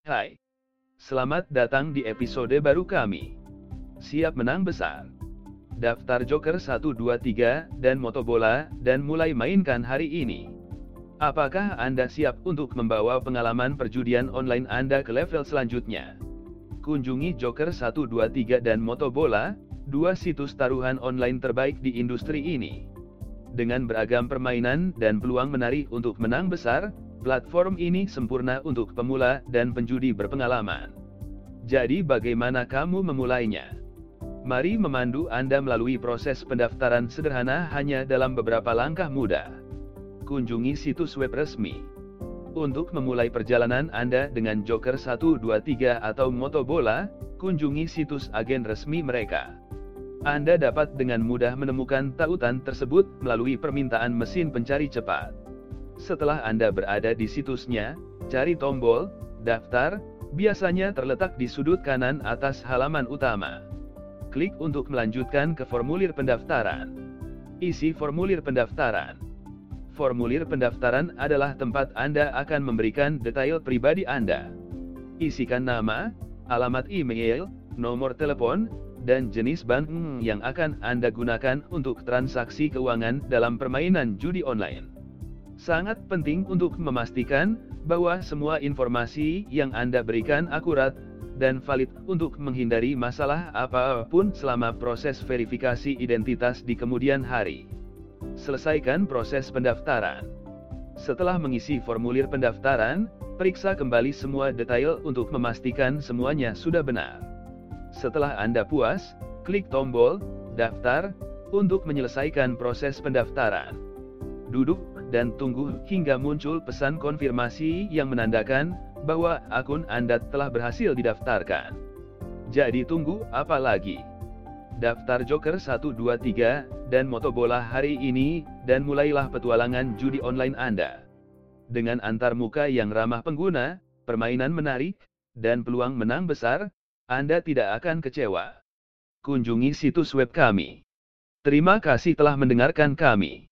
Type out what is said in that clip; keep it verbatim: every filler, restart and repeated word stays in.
Hai, selamat datang di episode baru kami. Siap menang besar? Daftar Joker satu dua tiga dan Motobola dan mulai mainkan hari ini. Apakah Anda siap untuk membawa pengalaman perjudian online Anda ke level selanjutnya? Kunjungi Joker satu dua tiga dan Motobola, dua situs taruhan online terbaik di industri ini. Dengan beragam permainan dan peluang menarik untuk menang besar, platform ini sempurna untuk pemula dan penjudi berpengalaman. Jadi bagaimana kamu memulainya? Mari memandu Anda melalui proses pendaftaran sederhana hanya dalam beberapa langkah mudah. Kunjungi situs web resmi. Untuk memulai perjalanan Anda dengan Joker satu dua tiga atau Motobola, kunjungi situs agen resmi mereka. Anda dapat dengan mudah menemukan tautan tersebut melalui permintaan mesin pencari cepat. Setelah Anda berada di situsnya, cari tombol "Daftar", biasanya terletak di sudut kanan atas halaman utama. Klik untuk melanjutkan ke formulir pendaftaran. Isi formulir pendaftaran. Formulir pendaftaran adalah tempat Anda akan memberikan detail pribadi Anda. Isikan nama, alamat email, nomor telepon, dan jenis bank yang akan Anda gunakan untuk transaksi keuangan dalam permainan judi online. Sangat penting untuk memastikan bahwa semua informasi yang Anda berikan akurat dan valid untuk menghindari masalah apapun selama proses verifikasi identitas di kemudian hari. Selesaikan proses pendaftaran. Setelah mengisi formulir pendaftaran, periksa kembali semua detail untuk memastikan semuanya sudah benar. Setelah Anda puas, klik tombol "Daftar" untuk menyelesaikan proses pendaftaran. Duduk dan tunggu hingga muncul pesan konfirmasi yang menandakan bahwa akun Anda telah berhasil didaftarkan. Jadi tunggu apa lagi? Daftar Joker satu dua tiga dan Motobola hari ini dan mulailah petualangan judi online Anda. Dengan antarmuka yang ramah pengguna, permainan menarik, dan peluang menang besar, Anda tidak akan kecewa. Kunjungi situs web kami. Terima kasih telah mendengarkan kami.